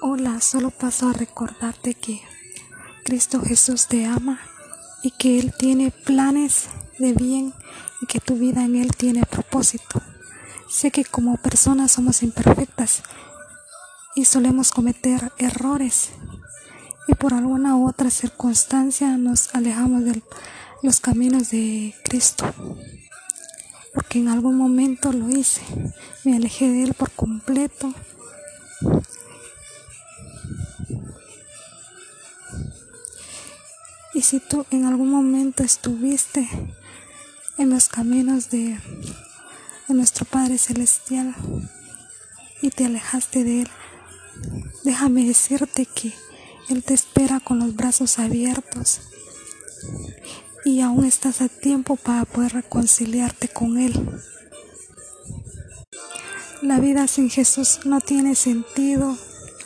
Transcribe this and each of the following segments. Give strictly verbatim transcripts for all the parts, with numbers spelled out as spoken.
Hola, solo paso a recordarte que Cristo Jesús te ama y que Él tiene planes de bien y que tu vida en Él tiene propósito. Sé que como personas somos imperfectas y solemos cometer errores y por alguna u otra circunstancia nos alejamos de los caminos de Cristo. Porque en algún momento lo hice, me alejé de Él por completo. Y si tú en algún momento estuviste en los caminos de, de nuestro Padre Celestial y te alejaste de Él, déjame decirte que Él te espera con los brazos abiertos y aún estás a tiempo para poder reconciliarte con Él. La vida sin Jesús no tiene sentido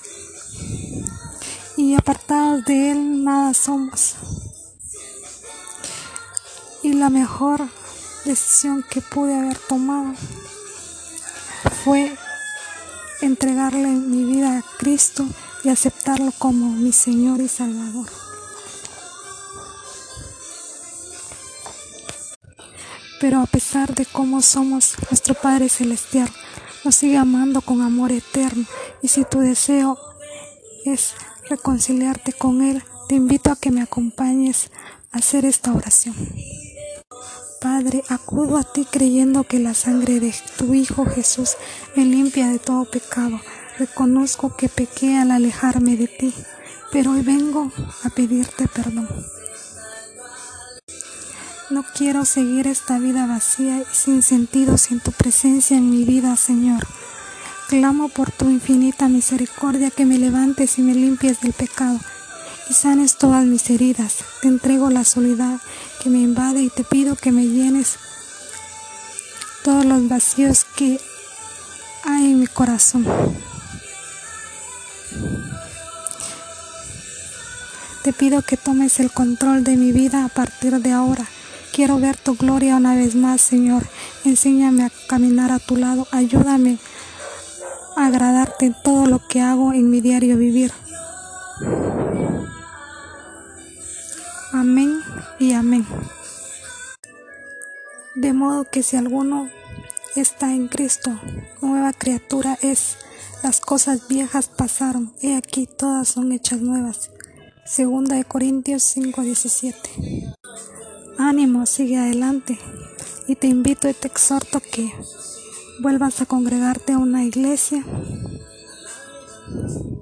y apartados de Él nada somos. Y la mejor decisión que pude haber tomado fue entregarle mi vida a Cristo y aceptarlo como mi Señor y Salvador. Pero a pesar de cómo somos, nuestro Padre Celestial nos sigue amando con amor eterno. Y si tu deseo es reconciliarte con Él, te invito a que me acompañes a hacer esta oración. Padre, acudo a ti creyendo que la sangre de tu Hijo Jesús me limpia de todo pecado. Reconozco que pequé al alejarme de ti, pero hoy vengo a pedirte perdón. No quiero seguir esta vida vacía y sin sentido sin tu presencia en mi vida, Señor. Clamo por tu infinita misericordia que me levantes y me limpies del pecado y sanes todas mis heridas. Te entrego la soledad que me invade y te pido que me llenes todos los vacíos que hay en mi corazón. Te pido que tomes el control de mi vida a partir de ahora. Quiero ver tu gloria una vez más, Señor. Enséñame a caminar a tu lado. Ayúdame a agradarte en todo lo que hago en mi diario vivir. Amén y amén. De modo que si alguno está en Cristo, nueva criatura es. Las cosas viejas pasaron, he aquí todas son hechas nuevas. Segunda de Corintios cinco diecisiete. Ánimo, sigue adelante. Y te invito y te exhorto que vuelvas a congregarte a una iglesia